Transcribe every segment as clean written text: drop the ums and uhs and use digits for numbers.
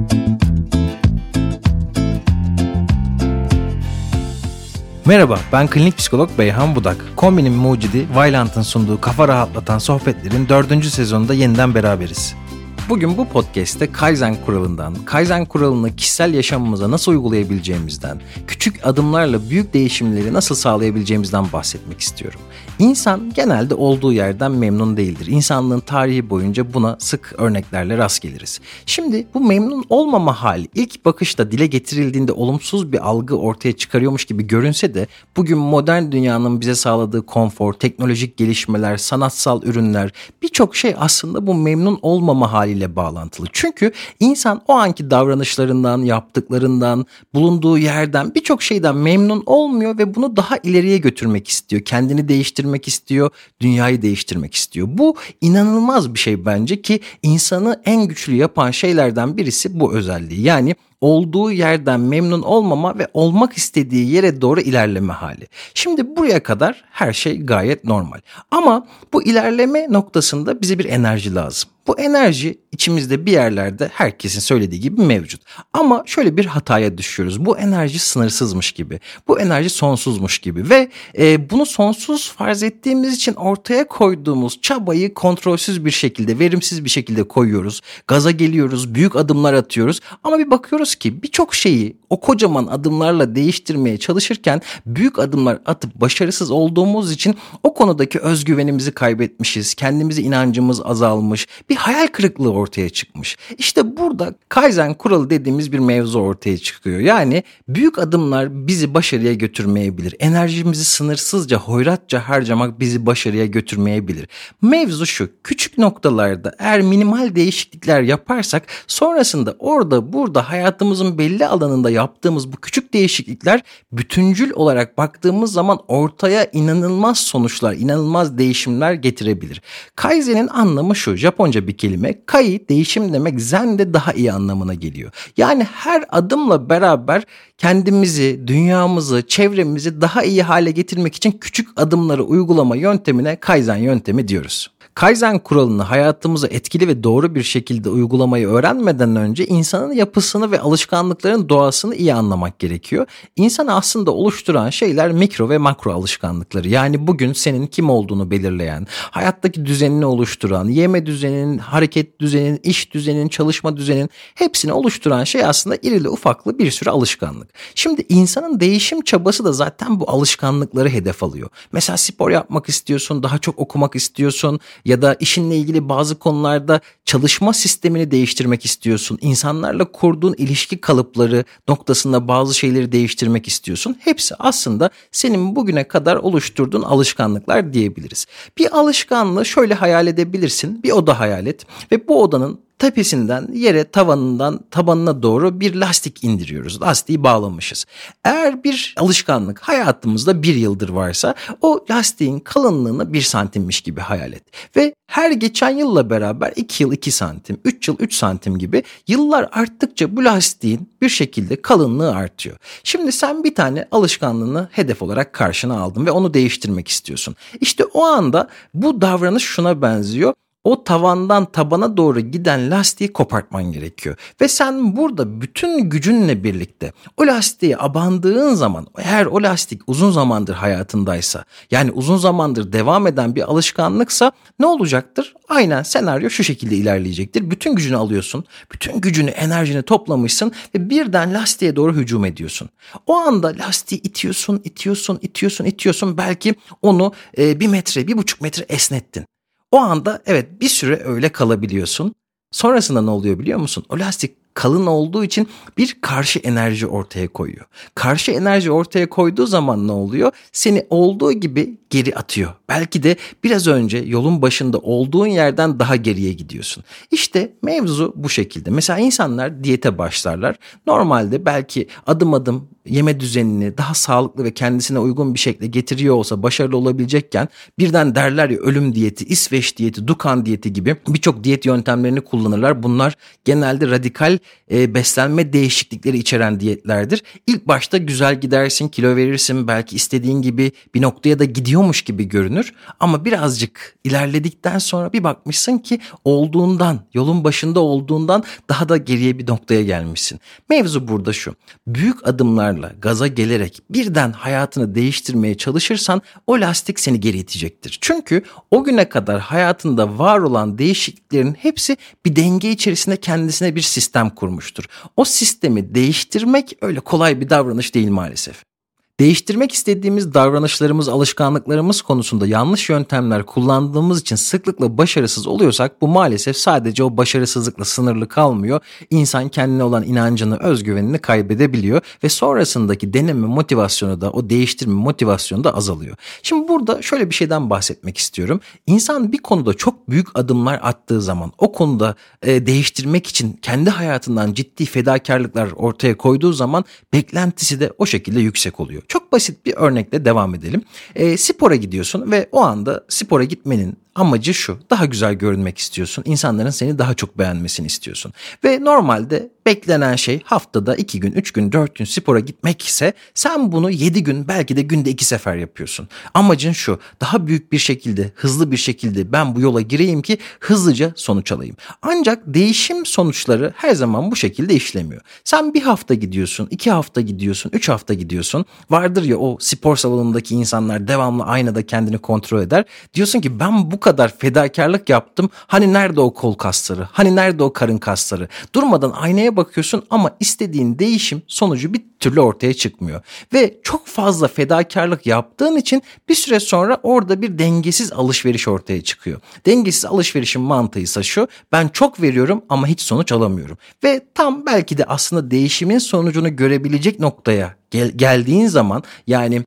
Merhaba, ben klinik psikolog Beyhan Budak. Kombinin mucidi Vailant'ın sunduğu kafa rahatlatan sohbetlerin 4. sezonunda yeniden beraberiz. Bugün bu podcast'te Kaizen kuralından, Kaizen kuralını kişisel yaşamımıza nasıl uygulayabileceğimizden, küçük adımlarla büyük değişimleri nasıl sağlayabileceğimizden bahsetmek istiyorum. İnsan genelde olduğu yerden memnun değildir. İnsanlığın tarihi boyunca buna sık örneklerle rast geliriz. Şimdi bu memnun olmama hali ilk bakışta dile getirildiğinde olumsuz bir algı ortaya çıkarıyormuş gibi görünse de bugün modern dünyanın bize sağladığı konfor, teknolojik gelişmeler, sanatsal ürünler, birçok şey aslında bu memnun olmama haliyle bağlantılı. Çünkü insan o anki davranışlarından, yaptıklarından, bulunduğu yerden, birçok şeyden memnun olmuyor ve bunu daha ileriye götürmek istiyor. Kendini değiştirmek istiyor, dünyayı değiştirmek istiyor. Bu inanılmaz bir şey bence ki insanı en güçlü yapan şeylerden birisi bu özelliği. Yani olduğu yerden memnun olmama ve olmak istediği yere doğru ilerleme hali. Şimdi buraya kadar her şey gayet normal. Ama bu ilerleme noktasında bize bir enerji lazım. Bu enerji içimizde bir yerlerde herkesin söylediği gibi mevcut. Ama şöyle bir hataya düşüyoruz. Bu enerji sınırsızmış gibi. Bu enerji sonsuzmuş gibi ve bunu sonsuz farz ettiğimiz için ortaya koyduğumuz çabayı kontrolsüz bir şekilde, verimsiz bir şekilde koyuyoruz. Gaza geliyoruz, büyük adımlar atıyoruz. Ama bir bakıyoruz ki birçok şeyi o kocaman adımlarla değiştirmeye çalışırken büyük adımlar atıp başarısız olduğumuz için o konudaki özgüvenimizi kaybetmişiz. Kendimize inancımız azalmış. Bir hayal kırıklığı ortaya çıkmış. İşte burada Kaizen kuralı dediğimiz bir mevzu ortaya çıkıyor. Yani büyük adımlar bizi başarıya götürmeyebilir. Enerjimizi sınırsızca, hoyratça harcamak bizi başarıya götürmeyebilir. Mevzu şu: küçük noktalarda eğer minimal değişiklikler yaparsak sonrasında orada burada hayatımızın belli alanında yaptığımız bu küçük değişiklikler bütüncül olarak baktığımız zaman ortaya inanılmaz sonuçlar, inanılmaz değişimler getirebilir. Kaizen'in anlamı şu: Japonca bir kelime. Kai değişim demek, zen de daha iyi anlamına geliyor. Yani her adımla beraber kendimizi, dünyamızı, çevremizi daha iyi hale getirmek için küçük adımları uygulama yöntemine Kaizen yöntemi diyoruz. Kaizen kuralını hayatımıza etkili ve doğru bir şekilde uygulamayı öğrenmeden önce insanın yapısını ve alışkanlıkların doğasını iyi anlamak gerekiyor. İnsanı aslında oluşturan şeyler mikro ve makro alışkanlıkları. Yani bugün senin kim olduğunu belirleyen, hayattaki düzenini oluşturan, yeme düzeninin, hareket düzeninin, iş düzeninin, çalışma düzeninin hepsini oluşturan şey aslında irili ufaklı bir sürü alışkanlık. Şimdi insanın değişim çabası da zaten bu alışkanlıkları hedef alıyor. Mesela spor yapmak istiyorsun, daha çok okumak istiyorsun ya da işinle ilgili bazı konularda çalışma sistemini değiştirmek istiyorsun. İnsanlarla kurduğun ilişki kalıpları noktasında bazı şeyleri değiştirmek istiyorsun. Hepsi aslında senin bugüne kadar oluşturduğun alışkanlıklar diyebiliriz. Bir alışkanlığı şöyle hayal edebilirsin. Bir oda hayal et ve bu odanın tepesinden yere, tavanından tabanına doğru bir lastik indiriyoruz. Lastiği bağlamışız. Eğer bir alışkanlık hayatımızda 1 yıldır varsa o lastiğin kalınlığını 1 santimmiş gibi hayal et. Ve her geçen yılla beraber 2 yıl 2 santim, 3 yıl 3 santim gibi yıllar arttıkça bu lastiğin bir şekilde kalınlığı artıyor. Şimdi sen bir tane alışkanlığını hedef olarak karşına aldın ve onu değiştirmek istiyorsun. İşte o anda bu davranış şuna benziyor: o tavandan tabana doğru giden lastiği kopartman gerekiyor. Ve sen burada bütün gücünle birlikte o lastiğe abandığın zaman, eğer o lastik uzun zamandır hayatındaysa, yani uzun zamandır devam eden bir alışkanlıksa ne olacaktır? Aynen senaryo şu şekilde ilerleyecektir. Bütün gücünü alıyorsun, bütün gücünü, enerjini toplamışsın ve birden lastiğe doğru hücum ediyorsun. O anda lastiği itiyorsun. Belki onu 1 metre, 1,5 metre esnettin. O anda evet bir süre öyle kalabiliyorsun. Sonrasında ne oluyor biliyor musun? O lastik kalın olduğu için bir karşı enerji ortaya koyuyor. Karşı enerji ortaya koyduğu zaman ne oluyor? Seni olduğu gibi geri atıyor. Belki de biraz önce yolun başında olduğun yerden daha geriye gidiyorsun. İşte mevzu bu şekilde. Mesela insanlar diyete başlarlar. Normalde belki adım adım yeme düzenini daha sağlıklı ve kendisine uygun bir şekilde getiriyor olsa başarılı olabilecekken birden derler ya, ölüm diyeti, İsveç diyeti, Dukan diyeti gibi birçok diyet yöntemlerini kullanırlar. Bunlar genelde radikal beslenme değişiklikleri içeren diyetlerdir. İlk başta güzel gidersin, kilo verirsin, belki istediğin gibi bir noktaya da gidiyormuş gibi görünür. Ama birazcık ilerledikten sonra bir bakmışsın ki yolun başında olduğundan daha da geriye bir noktaya gelmişsin. Mevzu burada şu: büyük adımlarla gaza gelerek birden hayatını değiştirmeye çalışırsan o lastik seni geri itecektir. Çünkü o güne kadar hayatında var olan değişikliklerin hepsi bir denge içerisinde kendisine bir sistem kurmuştur. O sistemi değiştirmek öyle kolay bir davranış değil maalesef. Değiştirmek istediğimiz davranışlarımız, alışkanlıklarımız konusunda yanlış yöntemler kullandığımız için sıklıkla başarısız oluyorsak bu maalesef sadece o başarısızlıkla sınırlı kalmıyor. İnsan kendine olan inancını, özgüvenini kaybedebiliyor ve sonrasındaki deneme motivasyonu da, o değiştirme motivasyonu da azalıyor. Şimdi burada şöyle bir şeyden bahsetmek istiyorum. İnsan bir konuda çok büyük adımlar attığı zaman, o konuda değiştirmek için kendi hayatından ciddi fedakarlıklar ortaya koyduğu zaman beklentisi de o şekilde yüksek oluyor. Çok basit bir örnekle devam edelim. Spora gidiyorsun ve o anda spora gitmenin amacı şu: daha güzel görünmek istiyorsun. İnsanların seni daha çok beğenmesini istiyorsun. Ve normalde beklenen şey haftada 2 gün, 3 gün, 4 gün spora gitmek ise sen bunu 7 gün, belki de günde 2 sefer yapıyorsun. Amacın şu: daha büyük bir şekilde, hızlı bir şekilde ben bu yola gireyim ki hızlıca sonuç alayım. Ancak değişim sonuçları her zaman bu şekilde işlemiyor. Sen bir hafta gidiyorsun, 2 hafta gidiyorsun, 3 hafta gidiyorsun. Vardır ya o spor salonundaki insanlar, devamlı aynada kendini kontrol eder. Diyorsun ki ben bu kadar fedakarlık yaptım. Hani nerede o kol kasları? Hani nerede o karın kasları? Durmadan aynaya bakıyorsun ama istediğin değişim sonucu bir türlü ortaya çıkmıyor. Ve çok fazla fedakarlık yaptığın için bir süre sonra orada bir dengesiz alışveriş ortaya çıkıyor. Dengesiz alışverişin mantığı ise şu: ben çok veriyorum ama hiç sonuç alamıyorum. Ve tam belki de aslında değişimin sonucunu görebilecek noktaya geldiğin zaman, yani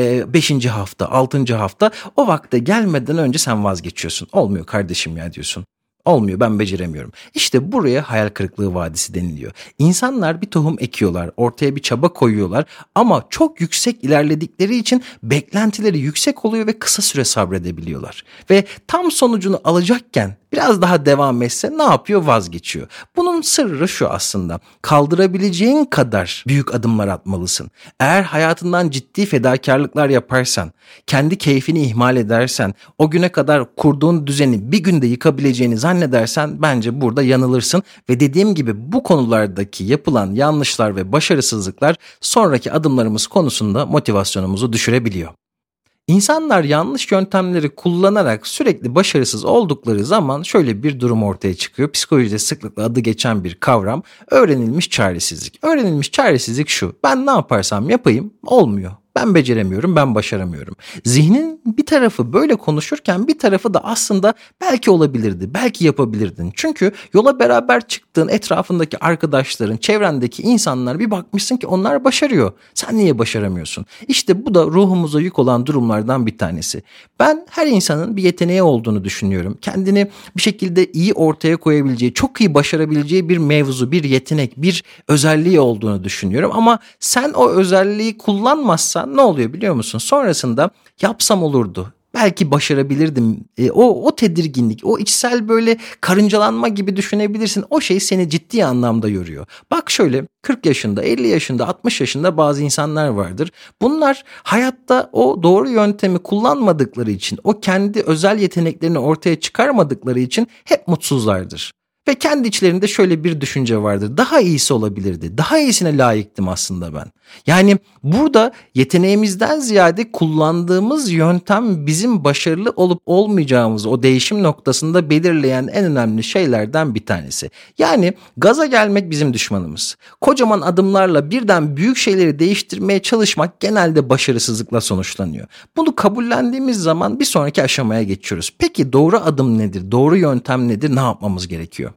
5. hafta, 6. hafta, o vakte gelmeden önce sen vazgeçiyorsun. Olmuyor kardeşim ya diyorsun. Olmuyor, ben beceremiyorum. İşte buraya hayal kırıklığı vadisi deniliyor. İnsanlar bir tohum ekiyorlar, ortaya bir çaba koyuyorlar ama çok yüksek ilerledikleri için beklentileri yüksek oluyor ve kısa süre sabredebiliyorlar. Ve tam sonucunu alacakken biraz daha devam etse ne yapıyor? Vazgeçiyor. Bunun sırrı şu aslında: kaldırabileceğin kadar büyük adımlar atmalısın. Eğer hayatından ciddi fedakarlıklar yaparsan, kendi keyfini ihmal edersen, o güne kadar kurduğun düzeni bir günde yıkabileceğini zannedersen bence burada yanılırsın ve dediğim gibi bu konulardaki yapılan yanlışlar ve başarısızlıklar sonraki adımlarımız konusunda motivasyonumuzu düşürebiliyor. İnsanlar yanlış yöntemleri kullanarak sürekli başarısız oldukları zaman şöyle bir durum ortaya çıkıyor. Psikolojide sıklıkla adı geçen bir kavram: öğrenilmiş çaresizlik. Öğrenilmiş çaresizlik şu: ben ne yaparsam yapayım olmuyor. Ben beceremiyorum, ben başaramıyorum. Zihnin bir tarafı böyle konuşurken bir tarafı da aslında belki olabilirdi, belki yapabilirdin. Çünkü yola beraber çıktığın etrafındaki arkadaşların, çevrendeki insanlar, bir bakmışsın ki onlar başarıyor. Sen niye başaramıyorsun? İşte bu da ruhumuza yük olan durumlardan bir tanesi. Ben her insanın bir yeteneği olduğunu düşünüyorum. Kendini bir şekilde iyi ortaya koyabileceği, çok iyi başarabileceği bir mevzu, bir yetenek, bir özelliği olduğunu düşünüyorum. Ama sen o özelliği kullanmazsan ne oluyor biliyor musun? Sonrasında yapsam olurdu, belki başarabilirdim. O tedirginlik, o içsel böyle karıncalanma gibi düşünebilirsin. O şey seni ciddi anlamda yoruyor. Bak şöyle, 40 yaşında, 50 yaşında, 60 yaşında bazı insanlar vardır. Bunlar hayatta o doğru yöntemi kullanmadıkları için, o kendi özel yeteneklerini ortaya çıkarmadıkları için hep mutsuzlardır. Ve kendi içlerinde şöyle bir düşünce vardır: daha iyisi olabilirdi, daha iyisine layıktım aslında ben. Yani burada yeteneğimizden ziyade kullandığımız yöntem bizim başarılı olup olmayacağımızı o değişim noktasında belirleyen en önemli şeylerden bir tanesi. Yani gaza gelmek bizim düşmanımız. Kocaman adımlarla birden büyük şeyleri değiştirmeye çalışmak genelde başarısızlıkla sonuçlanıyor. Bunu kabullendiğimiz zaman bir sonraki aşamaya geçiyoruz. Peki doğru adım nedir? Doğru yöntem nedir? Ne yapmamız gerekiyor?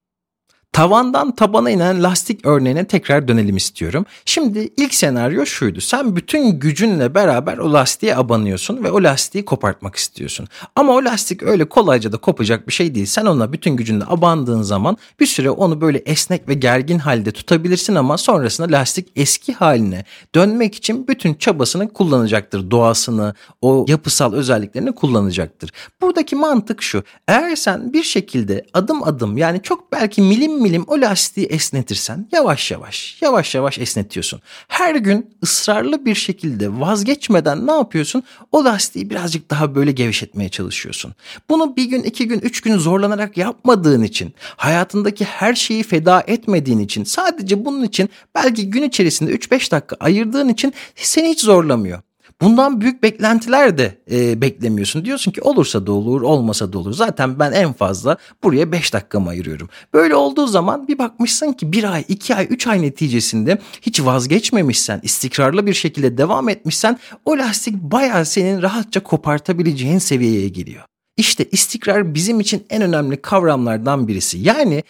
Tavandan tabana inen lastik örneğine tekrar dönelim istiyorum. Şimdi ilk senaryo şuydu: sen bütün gücünle beraber o lastiğe abanıyorsun ve o lastiği kopartmak istiyorsun. Ama o lastik öyle kolayca da kopacak bir şey değil. Sen ona bütün gücünle abandığın zaman bir süre onu böyle esnek ve gergin halde tutabilirsin ama sonrasında lastik eski haline dönmek için bütün çabasını kullanacaktır. Doğasını, o yapısal özelliklerini kullanacaktır. Buradaki mantık şu: eğer sen bir şekilde adım adım, yani çok belki milim milim o lastiği esnetirsen yavaş yavaş esnetiyorsun. Her gün ısrarlı bir şekilde vazgeçmeden ne yapıyorsun? O lastiği birazcık daha böyle gevşetmeye çalışıyorsun. Bunu bir gün, 2 gün, 3 gün zorlanarak yapmadığın için, hayatındaki her şeyi feda etmediğin için, sadece bunun için belki gün içerisinde 3-5 dakika ayırdığın için seni hiç zorlamıyor. Bundan büyük beklentiler de beklemiyorsun. Diyorsun ki olursa da olur, olmasa da olur. Zaten ben en fazla buraya 5 dakikamı ayırıyorum. Böyle olduğu zaman bir bakmışsın ki 1 ay, 2 ay, 3 ay neticesinde hiç vazgeçmemişsen, istikrarlı bir şekilde devam etmişsen o lastik bayağı senin rahatça kopartabileceğin seviyeye geliyor. İşte istikrar bizim için en önemli kavramlardan birisi. Yani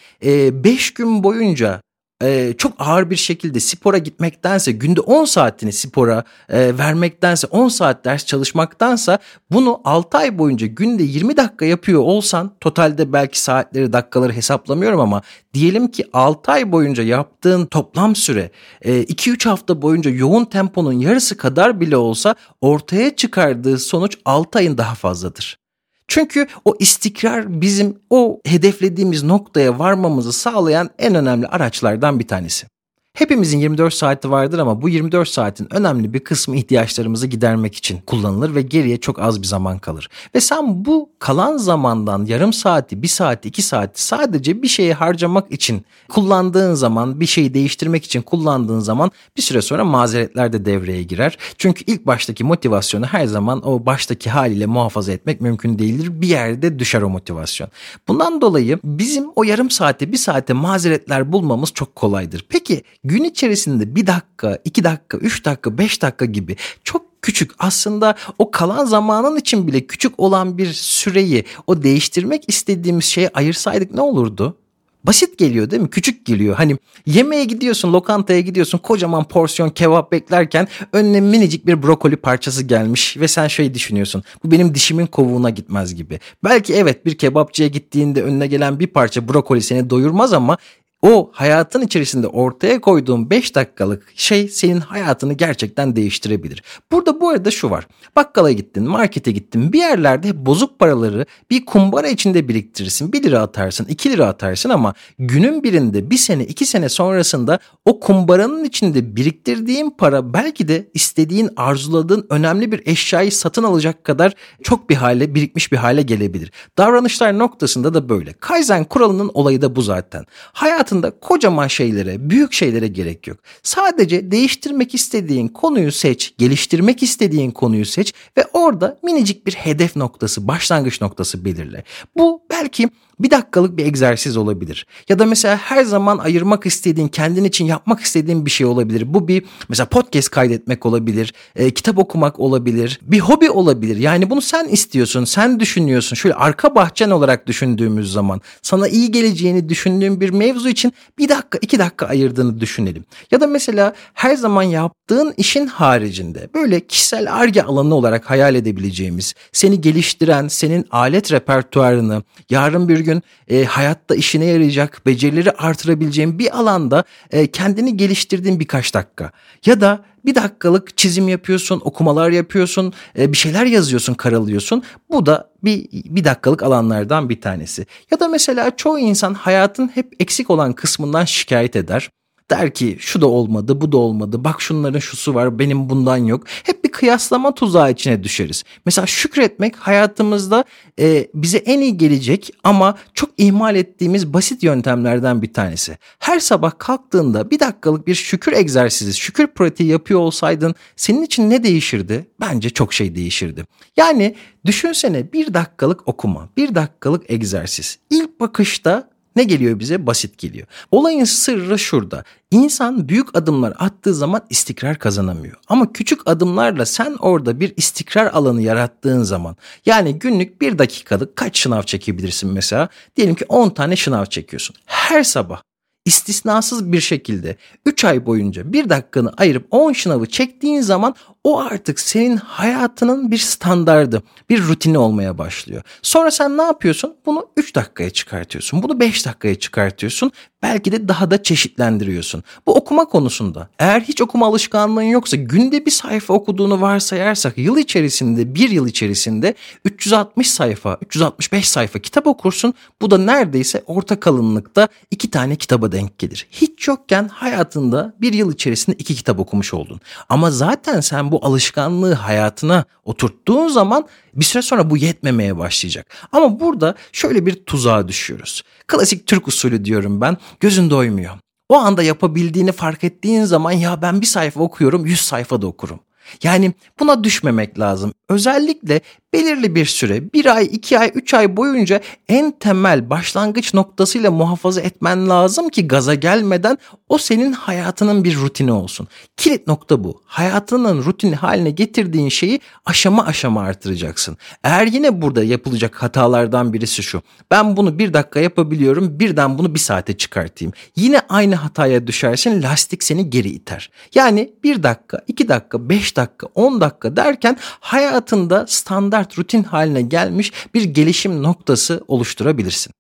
5 gün boyunca çok ağır bir şekilde spora gitmektense, günde 10 saatini spora vermektense, 10 saat ders çalışmaktansa bunu 6 ay boyunca günde 20 dakika yapıyor olsan, totalde belki saatleri, dakikaları hesaplamıyorum ama diyelim ki 6 ay boyunca yaptığın toplam süre 2-3 hafta boyunca yoğun temponun yarısı kadar bile olsa ortaya çıkardığı sonuç 6 ayın daha fazladır. Çünkü o istikrar bizim o hedeflediğimiz noktaya varmamızı sağlayan en önemli araçlardan bir tanesi. Hepimizin 24 saati vardır ama bu 24 saatin önemli bir kısmı ihtiyaçlarımızı gidermek için kullanılır ve geriye çok az bir zaman kalır. Ve sen bu kalan zamandan yarım saati, 1 saati, 2 saati sadece bir şeye harcamak için kullandığın zaman, bir şeyi değiştirmek için kullandığın zaman bir süre sonra mazeretler de devreye girer. Çünkü ilk baştaki motivasyonu her zaman o baştaki haliyle muhafaza etmek mümkün değildir. Bir yerde düşer o motivasyon. Bundan dolayı bizim o yarım saate, 1 saate mazeretler bulmamız çok kolaydır. Peki gün içerisinde 1 dakika, 2 dakika, 3 dakika, 5 dakika gibi çok küçük, aslında o kalan zamanın için bile küçük olan bir süreyi o değiştirmek istediğimiz şeye ayırsaydık ne olurdu? Basit geliyor değil mi? Küçük geliyor. Hani yemeğe gidiyorsun, lokantaya gidiyorsun, kocaman porsiyon kebap beklerken önüne minicik bir brokoli parçası gelmiş ve sen şey düşünüyorsun. Bu benim dişimin kovuğuna gitmez gibi. Belki evet, bir kebapçıya gittiğinde önüne gelen bir parça brokoli seni doyurmaz ama o hayatın içerisinde ortaya koyduğun 5 dakikalık şey senin hayatını gerçekten değiştirebilir. Burada bu arada şu var. Bakkala gittin, markete gittin, bir yerlerde bozuk paraları bir kumbara içinde biriktirirsin. 1 lira atarsın, 2 lira atarsın ama günün birinde 1 sene, 2 sene sonrasında o kumbaranın içinde biriktirdiğin para belki de istediğin, arzuladığın önemli bir eşyayı satın alacak kadar çok bir hale, birikmiş bir hale gelebilir. Davranışlar noktasında da böyle. Kaizen kuralının olayı da bu zaten. Hayatında kocaman şeylere, büyük şeylere gerek yok. Sadece değiştirmek istediğin konuyu seç, geliştirmek istediğin konuyu seç ve orada minicik bir hedef noktası, başlangıç noktası belirle. Bu belki 1 dakikalık bir egzersiz olabilir. Ya da mesela her zaman ayırmak istediğin, kendin için yapmak istediğin bir şey olabilir. Bu bir mesela podcast kaydetmek olabilir, kitap okumak olabilir, bir hobi olabilir. Yani bunu sen istiyorsun, sen düşünüyorsun. Şöyle arka bahçen olarak düşündüğümüz zaman sana iyi geleceğini düşündüğün bir mevzu için 1 dakika, 2 dakika ayırdığını düşünelim. Ya da mesela her zaman yaptığın işin haricinde böyle kişisel Ar-Ge alanı olarak hayal edebileceğimiz, seni geliştiren, senin alet repertuarını, yarın bir gün hayatta işine yarayacak, becerileri artırabileceğin bir alanda kendini geliştirdiğin birkaç dakika. Ya da 1 dakikalık çizim yapıyorsun, okumalar yapıyorsun, bir şeyler yazıyorsun, karalıyorsun. Bu da bir dakikalık alanlardan bir tanesi. Ya da mesela çoğu insan hayatın hep eksik olan kısmından şikayet eder. Der ki şu da olmadı, bu da olmadı, bak şunların şusu var, benim bundan yok. Hep bir kıyaslama tuzağı içine düşeriz. Mesela şükretmek hayatımızda bize en iyi gelecek ama çok ihmal ettiğimiz basit yöntemlerden bir tanesi. Her sabah kalktığında 1 dakikalık bir şükür egzersizi, şükür pratiği yapıyor olsaydın senin için ne değişirdi? Bence çok şey değişirdi. Yani düşünsene, 1 dakikalık okuma, 1 dakikalık egzersiz. İlk bakışta ne geliyor bize? Basit geliyor. Olayın sırrı şurada. İnsan büyük adımlar attığı zaman istikrar kazanamıyor. Ama küçük adımlarla sen orada bir istikrar alanı yarattığın zaman, yani günlük 1 dakikalık kaç şınav çekebilirsin mesela? Diyelim ki 10 tane şınav çekiyorsun. Her sabah istisnasız bir şekilde 3 ay boyunca 1 dakikanı ayırıp 10 şınavı çektiğin zaman O artık senin hayatının bir standardı, bir rutini olmaya başlıyor. Sonra sen ne yapıyorsun? Bunu 3 dakikaya çıkartıyorsun. Bunu 5 dakikaya çıkartıyorsun. Belki de daha da çeşitlendiriyorsun. Bu okuma konusunda eğer hiç okuma alışkanlığın yoksa günde bir sayfa okuduğunu varsayarsak bir yıl içerisinde 360 sayfa, 365 sayfa kitap okursun. Bu da neredeyse orta kalınlıkta 2 tane kitaba denk gelir. Hiç yokken hayatında bir yıl içerisinde 2 kitap okumuş oldun. Ama zaten sen bu alışkanlığı hayatına oturttuğun zaman bir süre sonra bu yetmemeye başlayacak. Ama burada şöyle bir tuzağa düşüyoruz. Klasik Türk usulü diyorum ben. Gözün doymuyor. O anda yapabildiğini fark ettiğin zaman ya ben bir sayfa okuyorum, 100 sayfa da okurum. Yani buna düşmemek lazım. Özellikle belirli bir süre, 1 ay, 2 ay, 3 ay boyunca en temel başlangıç noktasıyla muhafaza etmen lazım ki gaza gelmeden o senin hayatının bir rutini olsun. Kilit nokta bu. Hayatının rutini haline getirdiğin şeyi aşama aşama artıracaksın. Eğer yine burada yapılacak hatalardan birisi şu. Ben bunu 1 dakika yapabiliyorum, birden bunu 1 saate çıkartayım. Yine aynı hataya düşersin, lastik seni geri iter. Yani 1 dakika, 2 dakika, 5 dakika, 10 dakika derken hayatında standart rutin haline gelmiş bir gelişim noktası oluşturabilirsin.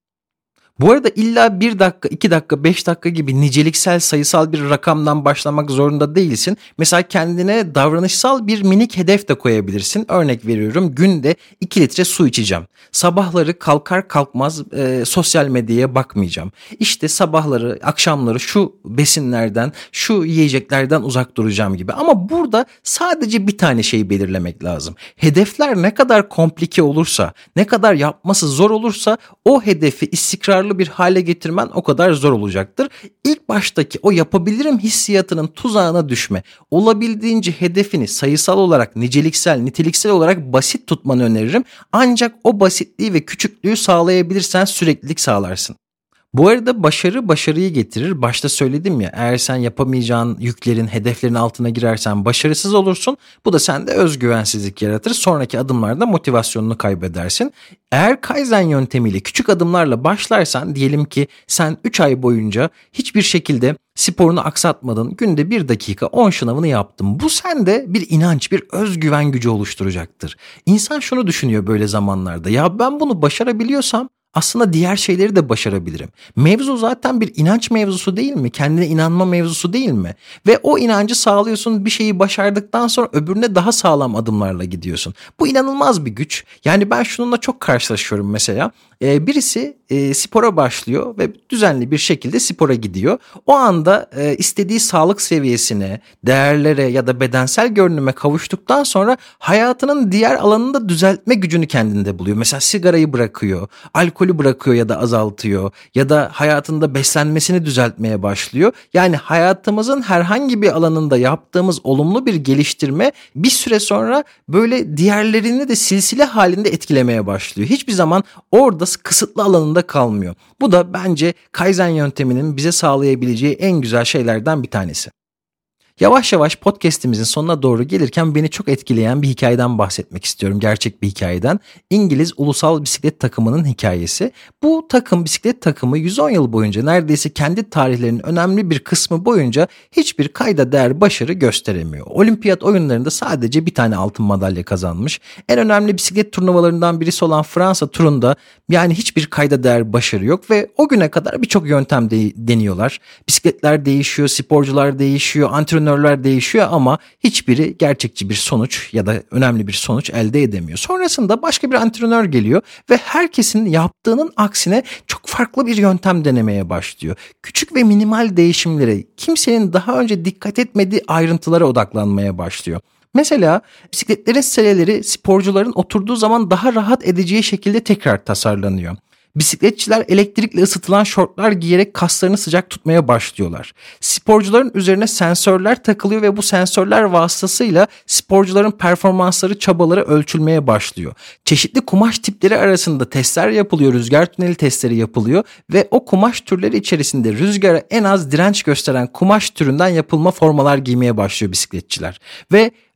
Bu arada illa 1 dakika, 2 dakika, 5 dakika gibi niceliksel sayısal bir rakamdan başlamak zorunda değilsin. Mesela kendine davranışsal bir minik hedef de koyabilirsin. Örnek veriyorum, günde 2 litre su içeceğim. Sabahları kalkar kalkmaz sosyal medyaya bakmayacağım. İşte sabahları, akşamları şu besinlerden, şu yiyeceklerden uzak duracağım gibi. Ama burada sadece bir tane şeyi belirlemek lazım. Hedefler ne kadar komplike olursa, ne kadar yapması zor olursa o hedefi istikrarlı bir hale getirmen o kadar zor olacaktır. İlk baştaki o yapabilirim hissiyatının tuzağına düşme. Olabildiğince hedefini sayısal olarak, niceliksel, niteliksel olarak basit tutmanı öneririm. Ancak o basitliği ve küçüklüğü sağlayabilirsen süreklilik sağlarsın. Bu arada başarı başarıyı getirir. Başta söyledim ya, eğer sen yapamayacağın yüklerin, hedeflerin altına girersen başarısız olursun. Bu da sende özgüvensizlik yaratır. Sonraki adımlarda motivasyonunu kaybedersin. Eğer Kaizen yöntemiyle küçük adımlarla başlarsan, diyelim ki sen 3 ay boyunca hiçbir şekilde sporunu aksatmadın. Günde 1 dakika 10 şınavını yaptın. Bu sende bir inanç, bir özgüven gücü oluşturacaktır. İnsan şunu düşünüyor böyle zamanlarda. Ya ben bunu başarabiliyorsam aslında diğer şeyleri de başarabilirim. Mevzu zaten bir inanç mevzusu değil mi? Kendine inanma mevzusu değil mi? Ve o inancı sağlıyorsun, bir şeyi başardıktan sonra öbürüne daha sağlam adımlarla gidiyorsun. Bu inanılmaz bir güç. Yani ben şununla çok karşılaşıyorum mesela. Birisi spora başlıyor ve düzenli bir şekilde spora gidiyor. O anda istediği sağlık seviyesine, değerlere ya da bedensel görünüme kavuştuktan sonra hayatının diğer alanında düzeltme gücünü kendinde buluyor. Mesela sigarayı bırakıyor, alkolü bırakıyor ya da azaltıyor ya da hayatında beslenmesini düzeltmeye başlıyor. Yani hayatımızın herhangi bir alanında yaptığımız olumlu bir geliştirme bir süre sonra böyle diğerlerini de silsile halinde etkilemeye başlıyor. Hiçbir zaman orada kısıtlı alanında kalmıyor. Bu da bence Kaizen yönteminin bize sağlayabileceği en güzel şeylerden bir tanesi. Yavaş yavaş podcast'imizin sonuna doğru gelirken beni çok etkileyen bir hikayeden bahsetmek istiyorum. Gerçek bir hikayeden. İngiliz ulusal bisiklet takımının hikayesi. Bu bisiklet takımı 110 yıl boyunca neredeyse kendi tarihlerinin önemli bir kısmı boyunca hiçbir kayda değer başarı gösteremiyor. Olimpiyat oyunlarında sadece bir tane altın madalya kazanmış. En önemli bisiklet turnuvalarından birisi olan Fransa turunda yani hiçbir kayda değer başarı yok ve o güne kadar birçok yöntem deniyorlar. Bisikletler değişiyor, sporcular değişiyor, antrenörler değişiyor ama hiçbiri gerçekçi bir sonuç ya da önemli bir sonuç elde edemiyor. Sonrasında başka bir antrenör geliyor ve herkesin yaptığının aksine çok farklı bir yöntem denemeye başlıyor. Küçük ve minimal değişimlere, kimsenin daha önce dikkat etmediği ayrıntılara odaklanmaya başlıyor. Mesela bisikletlerin seleleri sporcuların oturduğu zaman daha rahat edeceği şekilde tekrar tasarlanıyor. Bisikletçiler elektrikle ısıtılan şortlar giyerek kaslarını sıcak tutmaya başlıyorlar. Sporcuların üzerine sensörler takılıyor ve bu sensörler vasıtasıyla sporcuların performansları, çabaları ölçülmeye başlıyor. Çeşitli kumaş tipleri arasında testler yapılıyor, rüzgar tüneli testleri yapılıyor ve o kumaş türleri içerisinde rüzgara en az direnç gösteren kumaş türünden yapılma formalar giymeye başlıyor bisikletçiler. Ve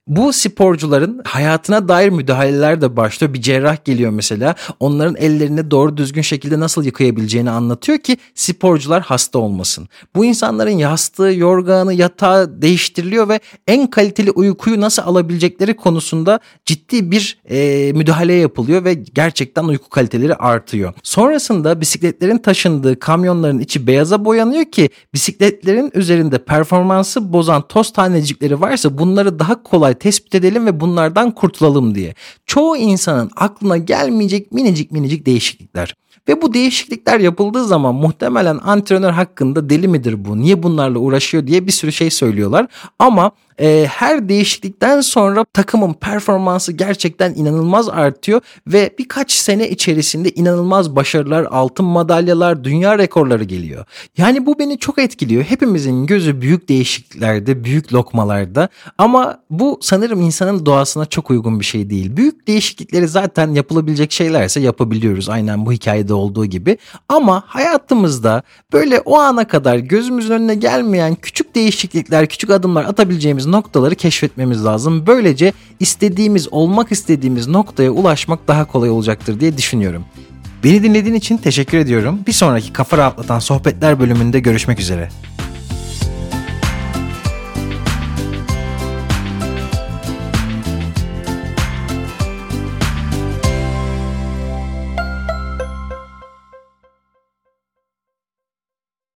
Bu sporcuların hayatına dair müdahaleler de başlıyor. Bir cerrah geliyor mesela. Onların ellerini doğru düzgün şekilde nasıl yıkayabileceğini anlatıyor ki sporcular hasta olmasın. Bu insanların yastığı, yorganı, yatağı değiştiriliyor ve en kaliteli uykuyu nasıl alabilecekleri konusunda ciddi bir müdahale yapılıyor ve gerçekten uyku kaliteleri artıyor. Sonrasında bisikletlerin taşındığı kamyonların içi beyaza boyanıyor ki bisikletlerin üzerinde performansı bozan toz tanecikleri varsa bunları daha kolay tespit edelim ve bunlardan kurtulalım diye. Çoğu insanın aklına gelmeyecek minicik değişiklikler. Ve bu değişiklikler yapıldığı zaman muhtemelen antrenör hakkında deli midir bu, niye bunlarla uğraşıyor diye bir sürü şey söylüyorlar. Ama her değişiklikten sonra takımın performansı gerçekten inanılmaz artıyor ve birkaç sene içerisinde inanılmaz başarılar, altın madalyalar, dünya rekorları geliyor. Yani bu beni çok etkiliyor. Hepimizin gözü büyük değişikliklerde, büyük lokmalarda ama bu sanırım insanın doğasına çok uygun bir şey değil. Büyük değişiklikleri zaten yapılabilecek şeylerse yapabiliyoruz, aynen bu hikayede olduğu gibi. Ama hayatımızda böyle o ana kadar gözümüzün önüne gelmeyen küçük değişiklikler, küçük adımlar atabileceğimiz noktaları keşfetmemiz lazım. Böylece olmak istediğimiz noktaya ulaşmak daha kolay olacaktır diye düşünüyorum. Beni dinlediğin için teşekkür ediyorum. Bir sonraki Kafa Rahatlatan Sohbetler bölümünde görüşmek üzere.